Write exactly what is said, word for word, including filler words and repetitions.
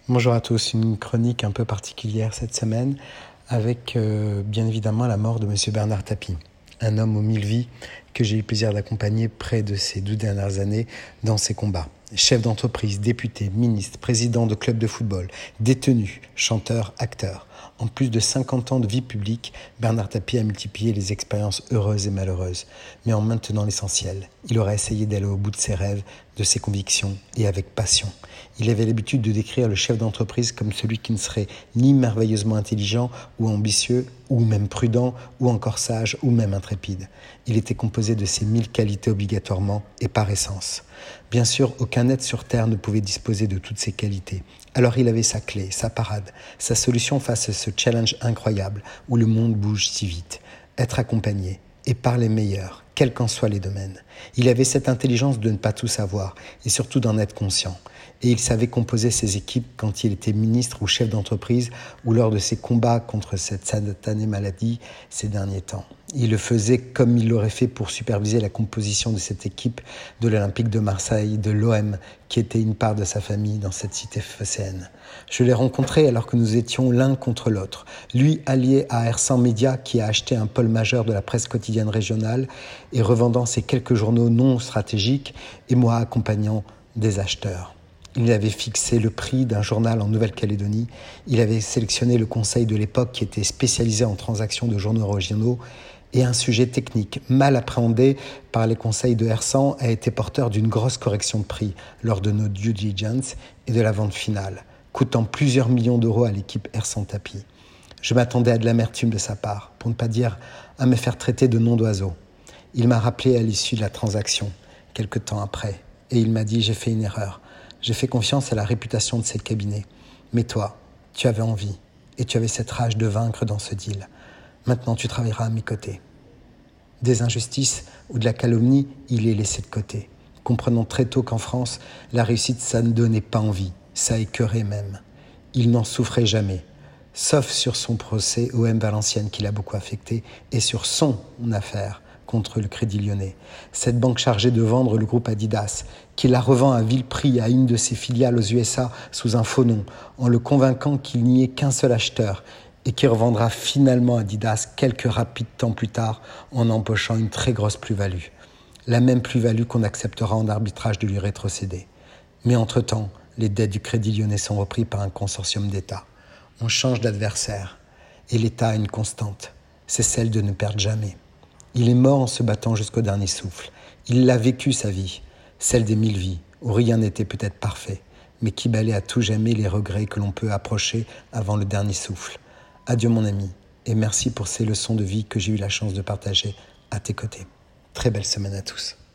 Bonjour à tous, une chronique un peu particulière cette semaine avec euh, bien évidemment la mort de M. Bernard Tapie, un homme aux mille vies que j'ai eu le plaisir d'accompagner près de ces douze dernières années dans ses combats. Chef d'entreprise, député, ministre, président de club de football, détenu, chanteur, acteur. En plus de cinquante ans de vie publique, Bernard Tapie a multiplié les expériences heureuses et malheureuses, mais en maintenant l'essentiel. Il aurait essayé d'aller au bout de ses rêves, de ses convictions et avec passion. Il avait l'habitude de décrire le chef d'entreprise comme celui qui ne serait ni merveilleusement intelligent ou ambitieux, ou même prudent, ou encore sage, ou même intrépide. Il était composé de ces mille qualités obligatoirement et par essence. Bien sûr, aucun être sur Terre ne pouvait disposer de toutes ces qualités. Alors il avait sa clé, sa parade, sa solution face à ce challenge incroyable où le monde bouge si vite. Être accompagné, et par les meilleurs, quels qu'en soient les domaines. Il avait cette intelligence de ne pas tout savoir, et surtout d'en être conscient. Et il savait composer ses équipes quand il était ministre ou chef d'entreprise ou lors de ses combats contre cette satanée maladie ces derniers temps. Il le faisait comme il l'aurait fait pour superviser la composition de cette équipe de l'Olympique de Marseille, de l'O M, qui était une part de sa famille dans cette cité phocéenne. Je l'ai rencontré alors que nous étions l'un contre l'autre. Lui allié à R cent Média qui a acheté un pôle majeur de la presse quotidienne régionale et revendant ses quelques journaux non stratégiques, et moi accompagnant des acheteurs. Il avait fixé le prix d'un journal en Nouvelle-Calédonie. Il avait sélectionné le conseil de l'époque qui était spécialisé en transactions de journaux régionaux. Et un sujet technique mal appréhendé par les conseils de R cent a été porteur d'une grosse correction de prix lors de nos due diligence et de la vente finale, coûtant plusieurs millions d'euros à l'équipe R cent Tapie. Je m'attendais à de l'amertume de sa part, pour ne pas dire à me faire traiter de nom d'oiseau. Il m'a rappelé à l'issue de la transaction, quelque temps après, et il m'a dit « J'ai fait une erreur. J'ai fait confiance à la réputation de ces cabinets. Mais toi, tu avais envie, et tu avais cette rage de vaincre dans ce deal. Maintenant, tu travailleras à mes côtés. » Des injustices ou de la calomnie, il est laissé de côté, comprenant très tôt qu'en France, la réussite, ça ne donnait pas envie, ça écœurait même. Il n'en souffrait jamais, sauf sur son procès O M Valenciennes qui l'a beaucoup affecté, et sur son affaire contre le Crédit Lyonnais. Cette banque chargée de vendre le groupe Adidas, qui la revend à vil prix à une de ses filiales aux U S A sous un faux nom, en le convainquant qu'il n'y ait qu'un seul acheteur, et qui revendra finalement Adidas quelques rapides temps plus tard en empochant une très grosse plus-value. La même plus-value qu'on acceptera en arbitrage de lui rétrocéder. Mais entre-temps, les dettes du Crédit Lyonnais sont reprises par un consortium d'États. On change d'adversaire, et l'État a une constante, c'est celle de ne perdre jamais. Il est mort en se battant jusqu'au dernier souffle. Il l'a vécu sa vie, celle des mille vies, où rien n'était peut-être parfait, mais qui balait à tout jamais les regrets que l'on peut approcher avant le dernier souffle. Adieu mon ami, et merci pour ces leçons de vie que j'ai eu la chance de partager à tes côtés. Très belle semaine à tous.